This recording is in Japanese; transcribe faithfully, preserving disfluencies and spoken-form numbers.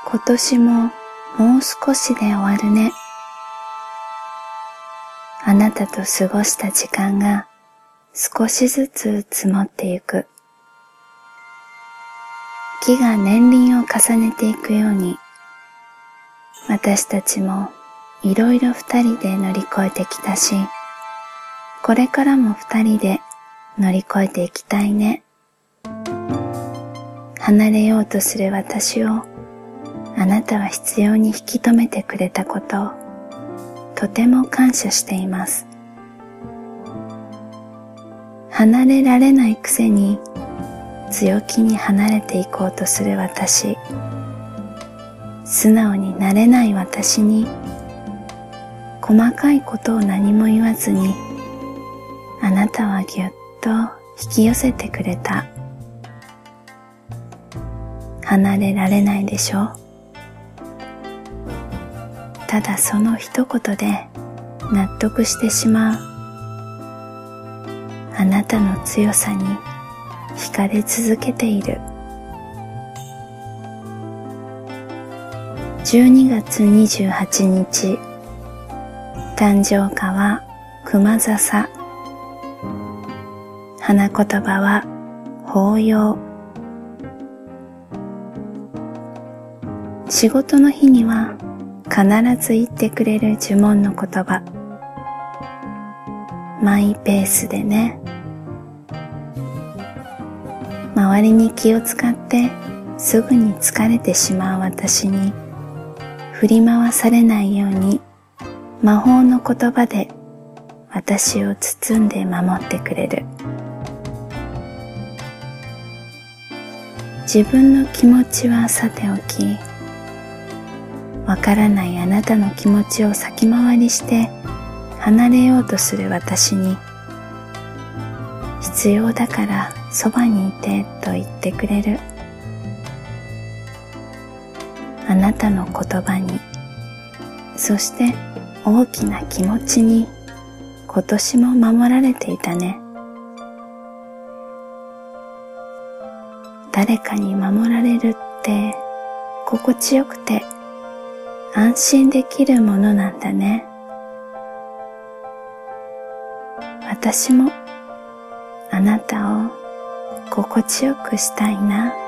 今年ももう少しで終わるね。あなたと過ごした時間が少しずつ積もってゆく。木が年輪を重ねていくように、私たちもいろいろ二人で乗り越えてきたし、これからも二人で乗り越えていきたいね。離れようとする私をあなたは必要に引き止めてくれたことをとても感謝しています。離れられないくせに強気に離れていこうとする私、素直になれない私に細かいことを何も言わずにあなたはぎゅっと引き寄せてくれた。離れられないでしょ。ただその一言で納得してしまう。あなたの強さに惹かれ続けている。じゅうにがつにじゅうはちにち、誕生花は熊笹。花言葉は抱擁。仕事の日には必ず言ってくれる呪文の言葉。マイペースでね。周りに気を使ってすぐに疲れてしまう私に振り回されないように魔法の言葉で私を包んで守ってくれる。自分の気持ちはさておき、わからないあなたの気持ちを先回りして離れようとする私に、必要だからそばにいてと言ってくれる。あなたの言葉に、そして大きな気持ちに今年も守られていたね。誰かに守られるって心地よくて安心できるものなんだね。私もあなたを心地よくしたいな。